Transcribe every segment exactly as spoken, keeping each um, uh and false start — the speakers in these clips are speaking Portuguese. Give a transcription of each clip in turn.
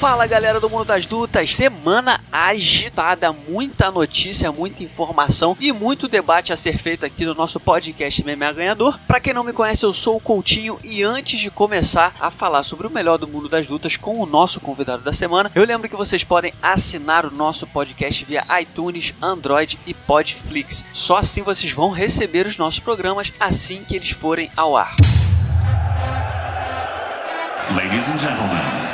Fala galera do Mundo das Lutas, semana agitada, muita notícia, muita informação e muito debate a ser feito aqui no nosso podcast M M A Ganhador. Pra quem não me conhece, eu sou o Coutinho e antes de começar a falar sobre o melhor do Mundo das Lutas com o nosso convidado da semana, eu lembro que vocês podem assinar o nosso podcast via iTunes, Android e Podflix. Só assim vocês vão receber os nossos programas assim que eles forem ao ar. Ladies and gentlemen.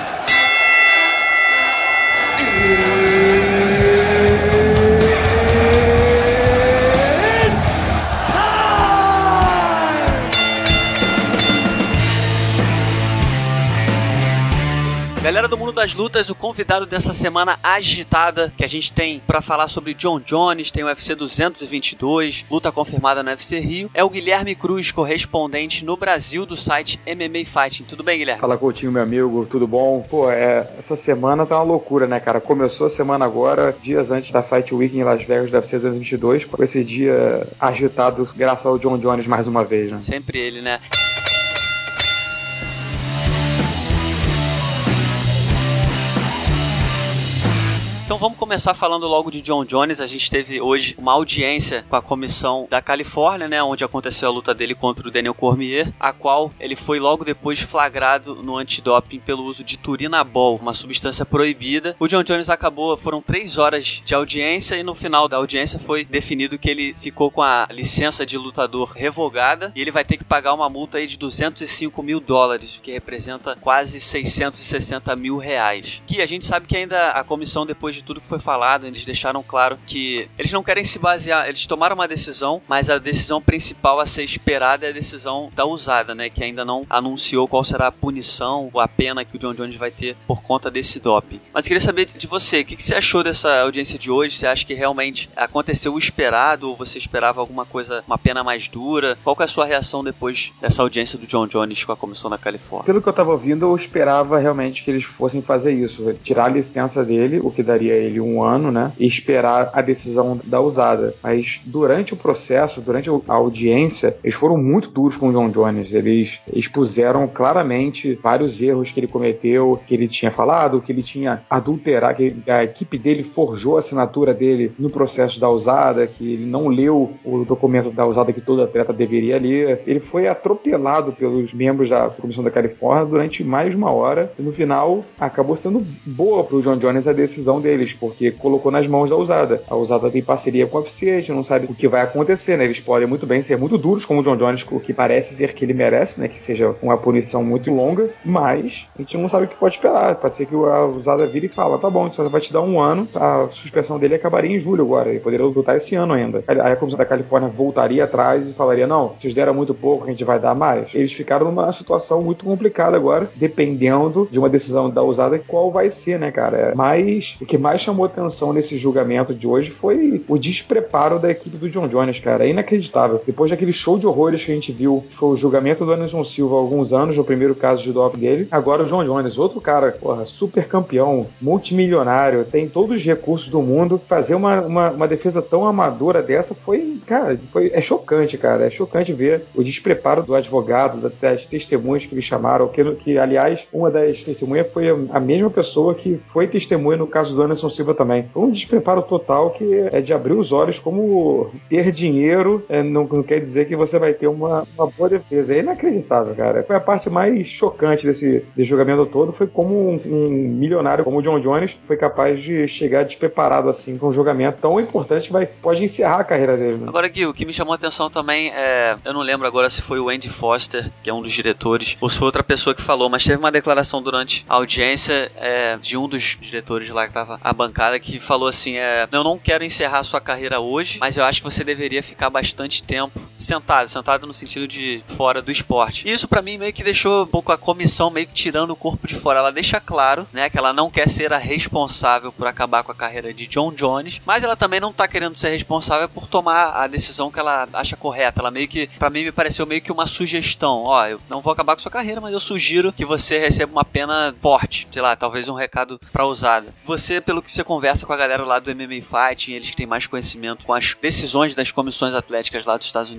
Galera do Mundo das Lutas, o convidado dessa semana agitada que a gente tem pra falar sobre Jon Jones, tem o U F C duzentos e vinte e dois, luta confirmada no U F C Rio, é o Guilherme Cruz, correspondente no Brasil do site M M A Fighting. Tudo bem, Guilherme? Fala, Coutinho, meu amigo, tudo bom? Pô, é, essa semana tá uma loucura, né, cara? Começou a semana agora, dias antes da Fight Week em Las Vegas do U F C duzentos e vinte e dois, com esse dia agitado graças ao Jon Jones mais uma vez, né? Sempre ele, né? Então vamos começar falando logo de Jon Jones. A gente teve hoje uma audiência com a comissão da Califórnia, né, onde aconteceu a luta dele contra o Daniel Cormier, a qual ele foi logo depois flagrado no antidoping pelo uso de turinabol, uma substância proibida. O Jon Jones acabou, foram três horas de audiência e no final da audiência foi definido que ele ficou com a licença de lutador revogada e ele vai ter que pagar uma multa aí de duzentos e cinco mil dólares, o que representa quase seiscentos e sessenta mil reais. Que a gente sabe que ainda a comissão, depois de tudo que foi falado, eles deixaram claro que eles não querem se basear, eles tomaram uma decisão, mas a decisão principal a ser esperada é a decisão da usada, né, que ainda não anunciou qual será a punição ou a pena que o Jon Jones vai ter por conta desse doping. Mas eu queria saber de você, o que você achou dessa audiência de hoje? Você acha que realmente aconteceu o esperado ou você esperava alguma coisa, uma pena mais dura? Qual que é a sua reação depois dessa audiência do Jon Jones com a comissão da Califórnia? Pelo que eu tava ouvindo, eu esperava realmente que eles fossem fazer isso, tirar a licença dele, o que daria a ele um ano, né, e esperar a decisão da usada. Mas durante o processo, durante a audiência, eles foram muito duros com o Jon Jones. Eles expuseram claramente vários erros que ele cometeu, que ele tinha falado, que ele tinha adulterado, que a equipe dele forjou a assinatura dele no processo da usada, que ele não leu o documento da usada que todo atleta deveria ler. Ele foi atropelado pelos membros da Comissão da Califórnia durante mais de uma hora e no final acabou sendo boa para o Jon Jones a decisão dele, porque colocou nas mãos da usada. A usada tem parceria com o U F C, a gente não sabe o que vai acontecer, né? Eles podem muito bem ser muito duros como o Jon Jones, o que parece ser que ele merece, né? Que seja uma punição muito longa, mas a gente não sabe o que pode esperar. Pode ser que a usada vire e fala, tá bom, então vai te dar um ano, a suspensão dele acabaria em julho agora, ele poderia lutar esse ano ainda. Aí a Comissão da Califórnia voltaria atrás e falaria, não, vocês deram muito pouco, a gente vai dar mais. Eles ficaram numa situação muito complicada agora, dependendo de uma decisão da usada, qual vai ser, né, cara? Mas o que mais chamou atenção nesse julgamento de hoje foi o despreparo da equipe do Jon Jones, cara. É inacreditável. Depois daquele show de horrores que a gente viu, foi o julgamento do Anderson Silva há alguns anos, no primeiro caso de doping dele, agora o Jon Jones, outro cara, porra, super campeão, multimilionário, tem todos os recursos do mundo, fazer uma, uma, uma defesa tão amadora dessa foi, cara, foi, é chocante, cara. É chocante ver o despreparo do advogado, das testemunhas que eles chamaram, que, que aliás, uma das testemunhas foi a mesma pessoa que foi testemunha no caso do Anderson Silva também. Foi um despreparo total que é de abrir os olhos, como ter dinheiro é, não, não quer dizer que você vai ter uma, uma boa defesa. É inacreditável, cara. Foi a parte mais chocante desse, desse julgamento todo, foi como um, um milionário como o Jon Jones foi capaz de chegar despreparado assim com um julgamento tão importante que vai, pode encerrar a carreira dele. Né? Agora, Gui, o que me chamou a atenção também é, eu não lembro agora se foi o Andy Foster, que é um dos diretores, ou se foi outra pessoa que falou, mas teve uma declaração durante a audiência é, de um dos diretores lá que estava à bancada que falou assim, é, eu não quero encerrar sua carreira hoje, mas eu acho que você deveria ficar bastante tempo sentado, sentado no sentido de fora do esporte. E isso pra mim meio que deixou um pouco a comissão meio que tirando o corpo de fora. Ela deixa claro, né, que ela não quer ser a responsável por acabar com a carreira de Jon Jones, mas ela também não tá querendo ser responsável por tomar a decisão que ela acha correta. Ela meio que, pra mim me pareceu meio que uma sugestão, ó, eu não vou acabar com sua carreira, mas eu sugiro que você receba uma pena forte, sei lá, talvez um recado pra usada. Você, pelo que você conversa com a galera lá do M M A Fighting, eles que têm mais conhecimento com as decisões das comissões atléticas lá dos Estados Unidos,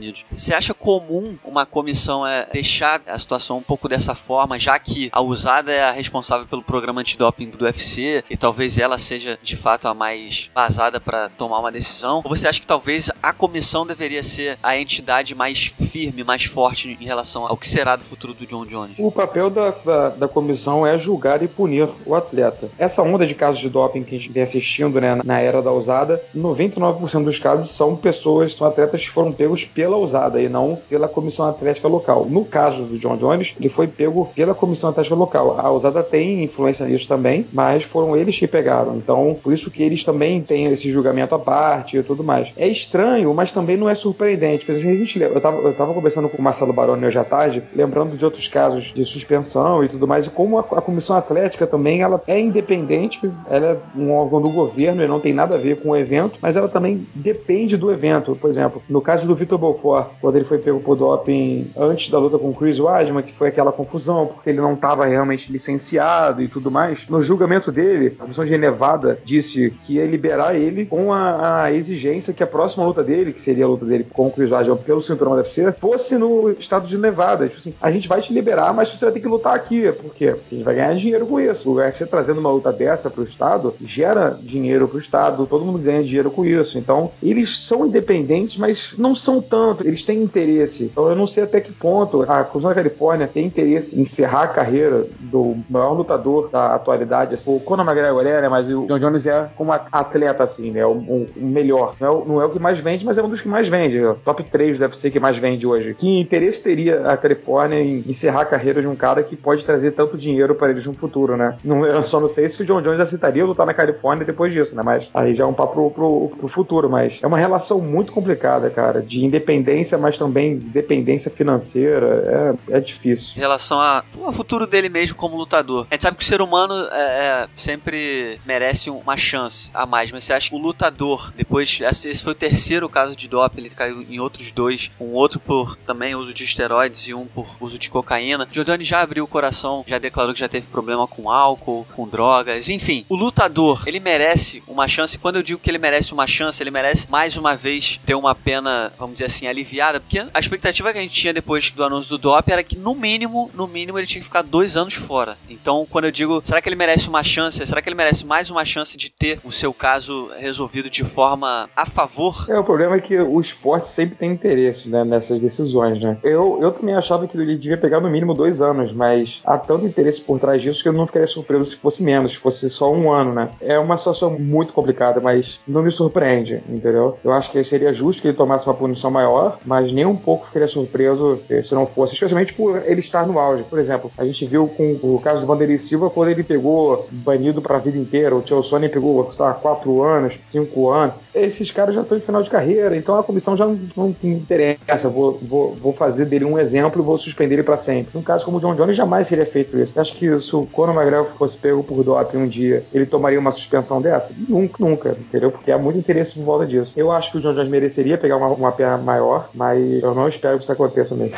Unidos. Você acha comum uma comissão é, deixar a situação um pouco dessa forma, já que a U S A D A é a responsável pelo programa antidoping do U F C e talvez ela seja de fato a mais basada para tomar uma decisão? Ou você acha que talvez a comissão deveria ser a entidade mais firme, mais forte em relação ao que será do futuro do Jon Jones? O papel da, da, da comissão é julgar e punir o atleta. Essa onda de casos de doping que a gente vem assistindo, né, na era da U S A D A, noventa e nove por cento dos casos são pessoas, são atletas que foram pegos pela U S A D A e não pela comissão atlética local. No caso do Jon Jones, ele foi pego pela comissão atlética local. A U S A D A tem influência nisso também, mas foram eles que pegaram. Então, por isso que eles também têm esse julgamento à parte e tudo mais. É estranho, mas também não é surpreendente. Porque, assim, a gente, eu estava eu tava conversando com o Marcelo Baroni hoje à tarde, lembrando de outros casos de suspensão e tudo mais, e como a, a comissão atlética também, ela é independente, ela é um órgão do governo e não tem nada a ver com o evento, mas ela também depende do evento. Por exemplo, no caso do Vitor Belfort, quando ele foi pego por doping antes da luta com o Chris Weidman, que foi aquela confusão, porque ele não estava realmente licenciado e tudo mais, no julgamento dele, a comissão de Nevada disse que ia liberar ele com a, a exigência que a próxima luta dele, que seria a luta dele com o Chris Weidman pelo cinturão da U F C, fosse no estado de Nevada. Tipo assim, a gente vai te liberar, mas você vai ter que lutar aqui. Por quê? Porque a gente vai ganhar dinheiro com isso. O U F C trazendo uma luta dessa pro estado, gera dinheiro pro estado, todo mundo ganha dinheiro com isso. Então, eles são independentes, mas não são tanto. Eles têm interesse. Então, eu não sei até que ponto a Comissão da Califórnia tem interesse em encerrar a carreira do maior lutador da atualidade. Assim, o Conor McGregor é, né? Mas o Jon Jones é como atleta, assim, né? O, o, o melhor. Não é o, não é o que mais vende, mas é um dos que mais vende. O top três do U F C que mais vende hoje. Que interesse teria a Califórnia em encerrar a carreira de um cara que pode trazer tanto dinheiro para eles no futuro, né? Não, eu só não sei se o Jon Jones aceitaria lutar na Califórnia depois disso, né? Mas aí já é um papo pro, pro, pro futuro. Mas é uma relação muito complicada, cara, de independência, mas também dependência financeira. É, é difícil. Em relação a, ao futuro dele mesmo como lutador. A gente sabe que o ser humano é, é, sempre merece uma chance a mais, mas você acha que o lutador, depois, esse foi o terceiro caso de doping, ele caiu em outros dois, um outro por também uso de esteroides e um por uso de cocaína. Jon Jones já abriu o coração, já declarou que já teve problema com álcool, com drogas, enfim. O lutador, ele merece uma chance. Quando eu digo que ele merece uma chance, ele merece mais uma vez ter uma pena, vamos dizer assim, aliviada, porque a expectativa que a gente tinha depois do anúncio do doping era que no mínimo, no mínimo ele tinha que ficar dois anos fora. Então, quando eu digo, será que ele merece uma chance? Será que ele merece mais uma chance de ter o seu caso resolvido de forma a favor? É, o problema é que o esporte sempre tem interesse, né, nessas decisões, né? Eu, eu também achava que ele devia pegar no mínimo dois anos, mas há tanto interesse por trás disso que eu não ficaria surpreso se fosse menos, se fosse só um ano, né? É uma situação muito complicada, mas não me surpreende, entendeu? Eu acho que seria justo que ele tomasse uma punição maior, mas nem um pouco ficaria surpreso se não fosse, especialmente por ele estar no auge. Por exemplo, a gente viu com o caso do Vanderlei Silva, quando ele pegou banido pra vida inteira, o Chael Sonnen pegou, sei lá, quatro anos, cinco anos. Esses caras já estão em final de carreira, então a comissão já não, não interessa, vou, vou, vou fazer dele um exemplo e vou suspender ele pra sempre. Num caso como o Jon Jones, jamais seria feito isso. Eu acho que se o Conor McGregor fosse pego por doping um dia, ele tomaria uma suspensão dessa? Nunca, nunca, entendeu? Porque há muito interesse por volta disso. Eu acho que o Jon Jones mereceria pegar uma, uma pena maior, mas eu não espero que isso aconteça mesmo.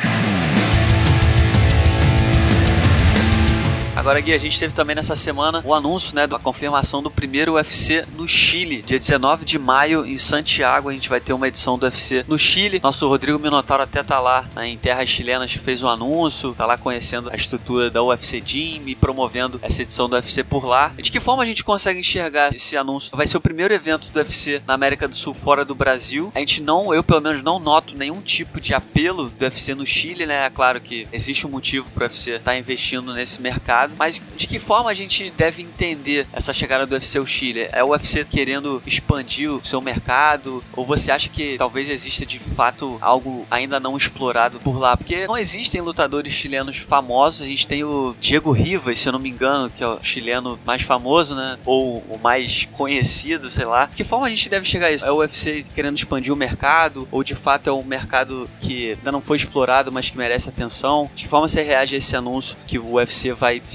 Agora, Gui, a gente teve também nessa semana o anúncio, né, da confirmação do primeiro U F C no Chile. Dia dezenove de maio, em Santiago, a gente vai ter uma edição do U F C no Chile. Nosso Rodrigo Minotauro até tá lá, né, em terras chilenas, fez um anúncio, tá lá conhecendo a estrutura da U F C Gym e promovendo essa edição do U F C por lá. E de que forma a gente consegue enxergar esse anúncio? Vai ser o primeiro evento do U F C na América do Sul fora do Brasil. A gente não, eu pelo menos não noto nenhum tipo de apelo do U F C no Chile, né? É claro que existe um motivo pro U F C estar investindo nesse mercado. Mas de que forma a gente deve entender essa chegada do U F C ao Chile? É o U F C querendo expandir o seu mercado? Ou você acha que talvez exista de fato algo ainda não explorado por lá? Porque não existem lutadores chilenos famosos. A gente tem o Diego Rivas, se eu não me engano, que é o chileno mais famoso, né? Ou o mais conhecido, sei lá. De que forma a gente deve chegar a isso? É o U F C querendo expandir o mercado? Ou de fato é um mercado que ainda não foi explorado, mas que merece atenção? De que forma você reage a esse anúncio que o U F C vai desenvolver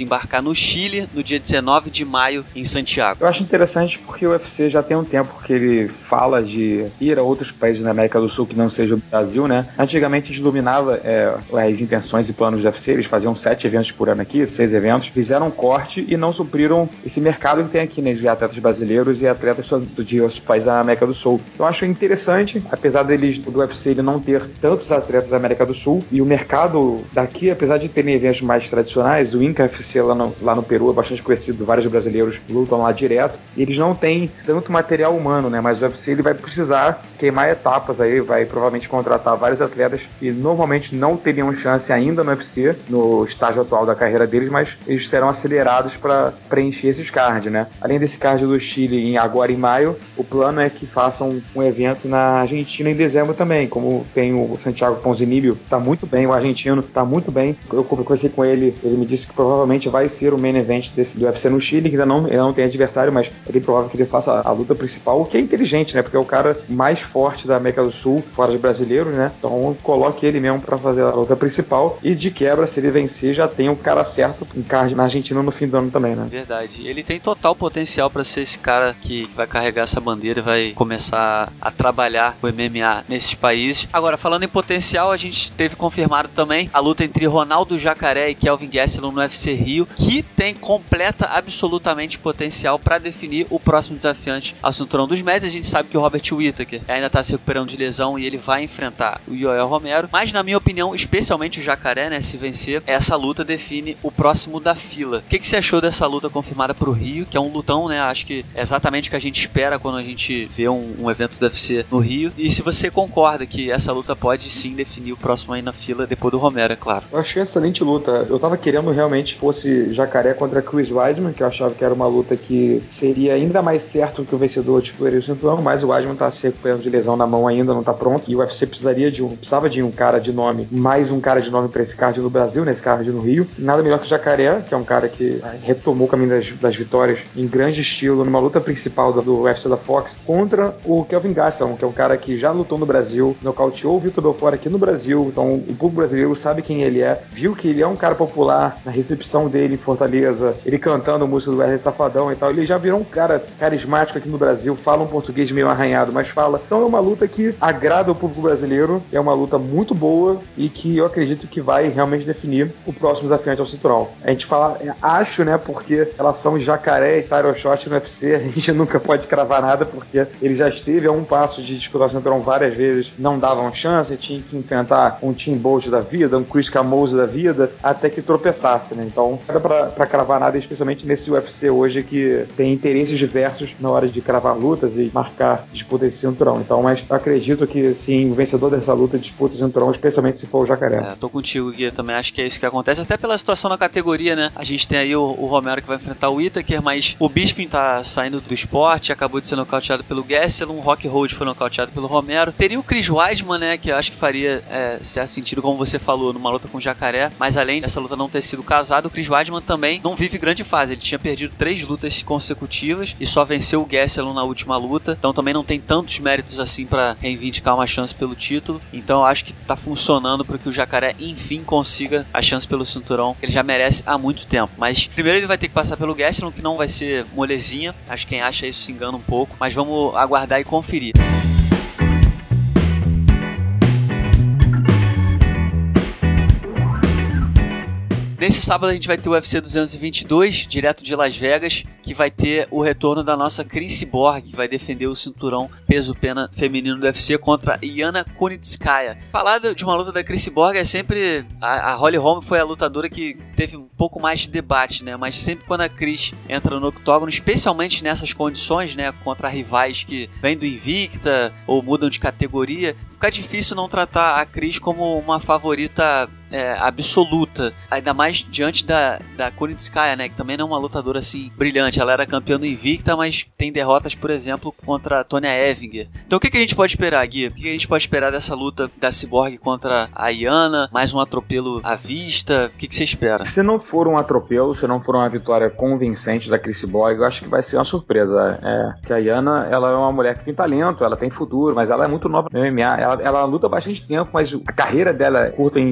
desembarcar no Chile no dia dezenove de maio em Santiago. Eu acho interessante porque o U F C já tem um tempo que ele fala de ir a outros países da América do Sul que não seja o Brasil, né? Antigamente a gente dominava é, as intenções e planos do U F C, eles faziam sete eventos por ano aqui, seis eventos, fizeram um corte e não supriram esse mercado que tem aqui, né? De atletas brasileiros e atletas de outros países da América do Sul. Eu acho interessante, apesar deles, do U F C ele não ter tantos atletas da América do Sul, e o mercado daqui, apesar de terem eventos mais tradicionais, o Inca F C lá no, lá no Peru é bastante conhecido, vários brasileiros lutam lá direto, e eles não têm tanto material humano, né? Mas o U F C ele vai precisar queimar etapas aí, vai provavelmente contratar vários atletas que normalmente não teriam chance ainda no U F C, no estágio atual da carreira deles, mas eles serão acelerados para preencher esses cards, né? Além desse card do Chile em agora em maio, o plano é que façam um evento na Argentina em dezembro também, como tem o Santiago Ponzinibbio, tá muito bem, o argentino tá muito bem. Eu conversei com ele, ele me disse que provavelmente vai ser o main event desse, do U F C no Chile, que ainda não, ainda não tem adversário, mas é bem provável que ele faça a, a luta principal, o que é inteligente, né? Porque é o cara mais forte da América do Sul, fora de brasileiros, né? Então coloque ele mesmo pra fazer a luta principal, e de quebra, se ele vencer, já tem o cara certo em card na Argentina no fim do ano também, né? Verdade. Ele tem total potencial pra ser esse cara que, que vai carregar essa bandeira e vai começar a trabalhar o M M A nesses países. Agora, falando em potencial, a gente teve confirmado também a luta entre Ronaldo Jacaré e Kelvin Gastelum no U F C Rio, que tem completa, absolutamente potencial para definir o próximo desafiante ao cinturão dos médios. A gente sabe que o Robert Whittaker ainda tá se recuperando de lesão e ele vai enfrentar o Yoel Romero, mas na minha opinião, especialmente o Jacaré, né, se vencer, essa luta define o próximo da fila. O que, que você achou dessa luta confirmada pro Rio, que é um lutão, né, acho que é exatamente o que a gente espera quando a gente vê um, um evento do U F C no Rio, e se você concorda que essa luta pode sim definir o próximo aí na fila depois do Romero, é claro. Eu achei excelente luta. Eu tava querendo realmente que fosse Jacaré contra Chris Weidman, que eu achava que era uma luta que seria ainda mais certo que o vencedor disputaria o cinturão, mas o Weidman tá se recuperando de lesão na mão ainda, não tá pronto, e o U F C precisaria de um, precisava de um cara de nome, mais um cara de nome pra esse card no Brasil, nesse card no Rio. Nada melhor que o Jacaré, que é um cara que retomou o caminho das, das vitórias em grande estilo, numa luta principal do, do U F C da Fox, contra o Kelvin Gastelum, que é um cara que já lutou no Brasil, nocauteou o Vitor Belfort aqui no Brasil, então o público brasileiro sabe quem ele é, viu que ele é um cara popular na recepção dele em Fortaleza, ele cantando música do R Safadão e tal, ele já virou um cara carismático aqui no Brasil, fala um português meio arranhado, mas fala. Então é uma luta que agrada o público brasileiro, é uma luta muito boa e que eu acredito que vai realmente definir o próximo desafiante ao cinturão. A gente fala, acho, né, porque elas são Jacaré e Tyron Shot no U F C, a gente nunca pode cravar nada, porque ele já esteve a um passo de disputar o cinturão várias vezes, não davam chance, tinha que enfrentar um Tim Bolt da vida, um Chris Camozzi da vida, até que tropeçasse, né? Então, não dá pra, pra cravar nada, especialmente nesse U F C hoje que tem interesses diversos na hora de cravar lutas e marcar disputa desse cinturão. Então, mas eu acredito que, sim, o vencedor dessa luta disputa o cinturão, especialmente se for o Jacaré. É, tô contigo, Gui, também acho que é isso que acontece, até pela situação na categoria, né? A gente tem aí o, o Romero que vai enfrentar o Whittaker, mas o Bisping tá saindo do esporte, acabou de ser nocauteado pelo Gastelum, o Rock Hold foi nocauteado pelo Romero. Teria o Chris Weidman, né, que eu acho que faria é, certo sentido, como você falou, numa luta com o Jacaré, mas além dessa luta não ter sido casado, o Chris Weidman também não vive grande fase, ele tinha perdido três lutas consecutivas e só venceu o Gastelum na última luta, então também não tem tantos méritos assim pra reivindicar uma chance pelo título, então eu acho que tá funcionando para que o Jacaré enfim consiga a chance pelo cinturão, que ele já merece há muito tempo, mas primeiro ele vai ter que passar pelo Gastelum, que não vai ser molezinha, acho que quem acha isso se engana um pouco, mas vamos aguardar e conferir. Nesse sábado a gente vai ter o U F C duzentos e vinte e dois, direto de Las Vegas, que vai ter o retorno da nossa Cris Cyborg, que vai defender o cinturão peso-pena feminino do U F C contra Yana Kunitskaya. Falar de uma luta da Cris Cyborg é sempre... A, a Holly Holm foi a lutadora que teve um pouco mais de debate, né? Mas sempre quando a Cris entra no octógono, especialmente nessas condições, né? Contra rivais que vêm do Invicta ou mudam de categoria, fica difícil não tratar a Cris como uma favorita É, absoluta, ainda mais diante da, da Kunitskaya, né, que também não é uma lutadora assim brilhante, ela era campeã do Invicta, mas tem derrotas, por exemplo, contra a Tonya Evinger. Então o que, que a gente pode esperar, Gui? O que, que a gente pode esperar dessa luta da Cyborg contra a Yana? Mais um atropelo à vista? O que, que você espera? Se não for um atropelo, se não for uma vitória convincente da Cris Cyborg, eu acho que vai ser uma surpresa. É, que a Yana, ela é uma mulher que tem talento, ela tem futuro, mas ela é muito nova no M M A, ela, ela luta há bastante tempo, mas a carreira dela é curta em termos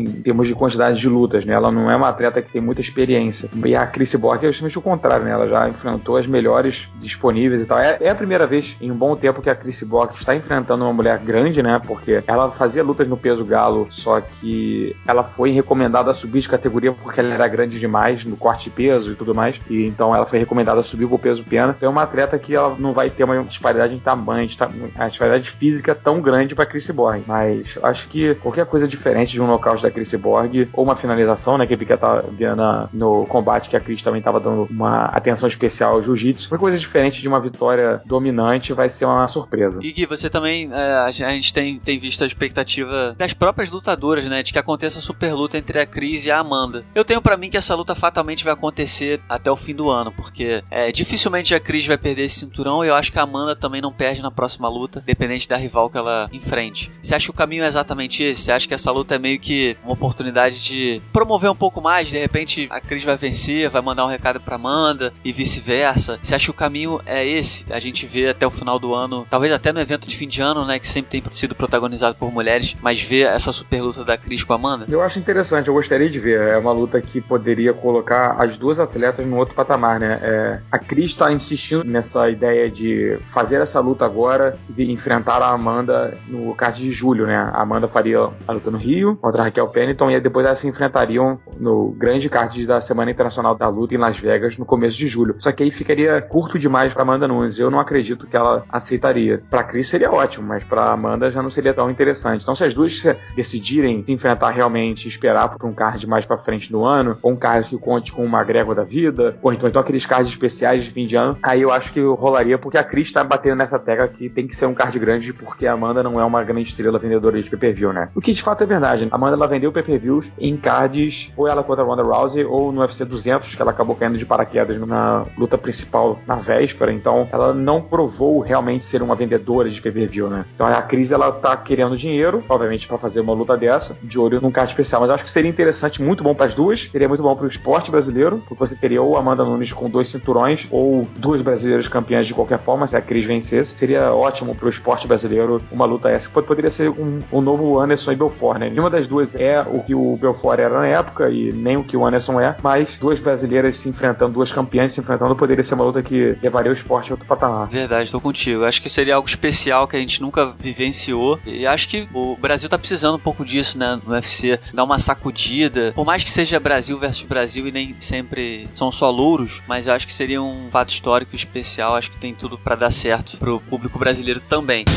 termos de quantidade de lutas, né? Ela não é uma atleta que tem muita experiência. E a Cris Borg é justamente o contrário, né? Ela já enfrentou as melhores disponíveis e tal. É, é a primeira vez em um bom tempo que a Cris Borg está enfrentando uma mulher grande, né? Porque ela fazia lutas no peso galo, só que ela foi recomendada a subir de categoria porque ela era grande demais no corte de peso e tudo mais. E então ela foi recomendada a subir pro peso pena. Então é uma atleta que ela não vai ter uma disparidade em tamanho, uma disparidade física tão grande pra Cris Borg. Mas acho que qualquer coisa diferente de um nocaute da Cris Borg, ou uma finalização, né? Que a Pica tá vendo no combate que a Cris também tava dando uma atenção especial ao jiu-jitsu. Uma coisa diferente de uma vitória dominante vai ser uma surpresa. E Gui, você também, é, a gente tem, tem visto a expectativa das próprias lutadoras, né? De que aconteça a super luta entre a Cris e a Amanda. Eu tenho pra mim que essa luta fatalmente vai acontecer até o fim do ano, porque é, dificilmente a Cris vai perder esse cinturão e eu acho que a Amanda também não perde na próxima luta, dependente da rival que ela enfrente. Você acha que o caminho é exatamente esse? Você acha que essa luta é meio que uma oportunidade de promover um pouco mais? De repente a Cris vai vencer, vai mandar um recado pra Amanda e vice-versa. Você acha que o caminho é esse? A gente vê até o final do ano, talvez até no evento de fim de ano, né, que sempre tem sido protagonizado por mulheres, mas ver essa super luta da Cris com a Amanda? Eu acho interessante, eu gostaria de ver. É uma luta que poderia colocar as duas atletas no outro patamar, né? É, a Cris tá insistindo nessa ideia de fazer essa luta agora e de enfrentar a Amanda no card de julho, né? A Amanda faria a luta no Rio contra a Raquel Pennington e depois elas se enfrentariam no grande card da Semana Internacional da Luta em Las Vegas no começo de julho. Só que aí ficaria curto demais pra Amanda Nunes. Eu não acredito que ela aceitaria. Pra Cris seria ótimo, mas pra Amanda já não seria tão interessante. Então se as duas decidirem se enfrentar realmente e esperar por um card mais pra frente do ano, ou um card que conte com uma grégua da vida, ou então, então aqueles cards especiais de fim de ano, aí eu acho que rolaria, porque a Cris tá batendo nessa tecla que tem que ser um card grande, porque a Amanda não é uma grande estrela vendedora de pay-per-view, né? O que de fato é verdade. A Amanda, ela vendeu pay-per-views em cards, ou ela contra a Ronda Rousey, ou no U F C duzentos, que ela acabou caindo de paraquedas na luta principal na véspera, então ela não provou realmente ser uma vendedora de pay-per-view, né? Então a Cris, ela tá querendo dinheiro, obviamente, pra fazer uma luta dessa, de olho num card especial, mas eu acho que seria interessante, muito bom pras duas, seria muito bom pro esporte brasileiro, porque você teria ou a Amanda Nunes com dois cinturões, ou duas brasileiras campeãs de qualquer forma, se a Cris vencesse, seria ótimo pro esporte brasileiro uma luta essa, que poderia ser um, um novo Anderson e Belfort, né? Nenhuma das duas é o que o Belfort era na época, e nem o que o Anderson é, mas duas brasileiras se enfrentando, duas campeãs se enfrentando, poderia ser uma luta que levaria o esporte a outro patamar. Verdade, tô contigo. Acho que seria algo especial que a gente nunca vivenciou, e acho que o Brasil tá precisando um pouco disso, né, no U F C, dar uma sacudida, por mais que seja Brasil versus Brasil e nem sempre são só louros, mas eu acho que seria um fato histórico especial, acho que tem tudo pra dar certo pro público brasileiro também.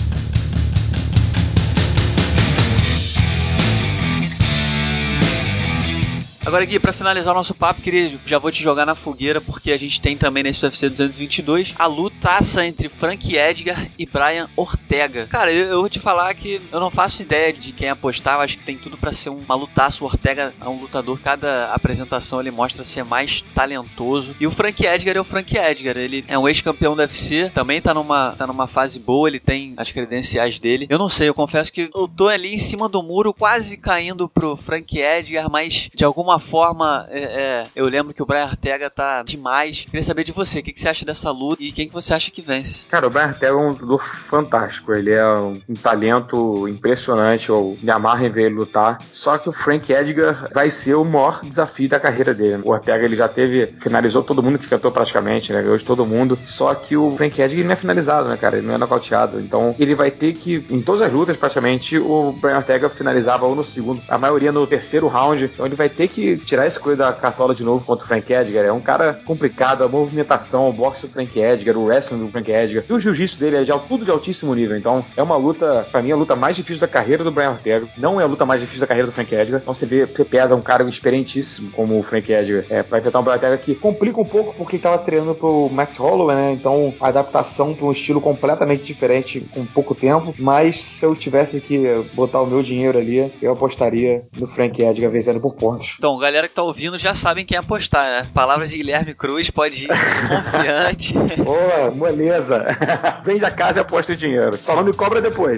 Agora, Gui, pra finalizar o nosso papo, queria, já vou te jogar na fogueira, porque a gente tem também nesse U F C duzentos e vinte e dois a lutaça entre Frank Edgar e Brian Ortega. Cara, eu, eu vou te falar que eu não faço ideia de quem apostar, eu acho que tem tudo pra ser uma lutaça. O Ortega é um lutador, cada apresentação ele mostra ser mais talentoso. E o Frank Edgar é o Frank Edgar, ele é um ex-campeão do U F C, também tá numa, tá numa fase boa, ele tem as credenciais dele. Eu não sei, eu confesso que eu tô ali em cima do muro, quase caindo pro Frank Edgar, mas de alguma forma, é, é, eu lembro que o Brian Ortega tá demais. Queria saber de você, o que, que você acha dessa luta e quem que você acha que vence? Cara, o Brian Ortega é um lutador fantástico, ele é um, um talento impressionante, eu me amarro em ver ele lutar, só que o Frank Edgar vai ser o maior desafio da carreira dele. O Ortega, ele já teve, finalizou todo mundo que cantou praticamente, né, ganhou de todo mundo, só que o Frank Edgar ele não é finalizado, né, cara, ele não é nocauteado, então ele vai ter que, em todas as lutas praticamente, o Brian Ortega finalizava ou no segundo, a maioria no terceiro round, então ele vai ter que tirar esse coisa da cartola de novo contra o Frank Edgar. É um cara complicado, a movimentação, o boxe do Frank Edgar, o wrestling do Frank Edgar e o jiu-jitsu dele é de, tudo de altíssimo nível. Então é uma luta, pra mim, a luta mais difícil da carreira do Brian Ortega. Não é a luta mais difícil da carreira do Frank Edgar. Então você vê, você pesa um cara experientíssimo como o Frank Edgar. É, vai enfrentar um Brian Ortega que complica um pouco porque ele tava treinando pro Max Holloway, né? Então a adaptação pra um estilo completamente diferente com pouco tempo. Mas se eu tivesse que botar o meu dinheiro ali, eu apostaria no Frank Edgar vencendo por pontos. Então, galera que tá ouvindo já sabem quem apostar, né? Palavras de Guilherme Cruz, pode ir confiante. Boa, beleza. Vende a casa e aposta o dinheiro. Só não me cobra depois.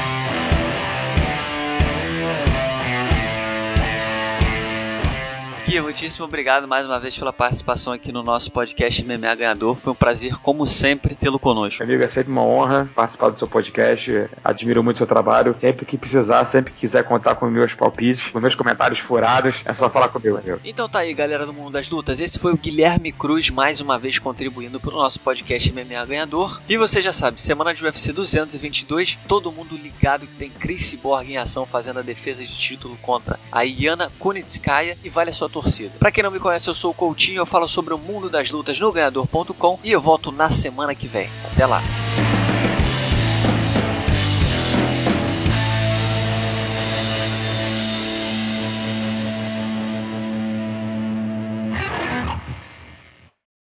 E Gui, muitíssimo obrigado mais uma vez pela participação aqui no nosso podcast M M A Ganhador. Foi um prazer, como sempre, tê-lo conosco. Amigo, é sempre uma honra participar do seu podcast. Admiro muito o seu trabalho. Sempre que precisar, sempre que quiser contar com meus palpites, com meus comentários furados, é só falar comigo, amigo. Então tá aí, galera do Mundo das Lutas. Esse foi o Guilherme Cruz, mais uma vez contribuindo pro nosso podcast M M A Ganhador. E você já sabe, semana de U F C duzentos e vinte e dois, todo mundo ligado que tem Cris Cyborg em ação fazendo a defesa de título contra a Yana Kunitskaya, e vale a sua torcida. Pra quem não me conhece, eu sou o Coutinho, eu falo sobre o mundo das lutas no ganhador ponto com e eu volto na semana que vem. Até lá!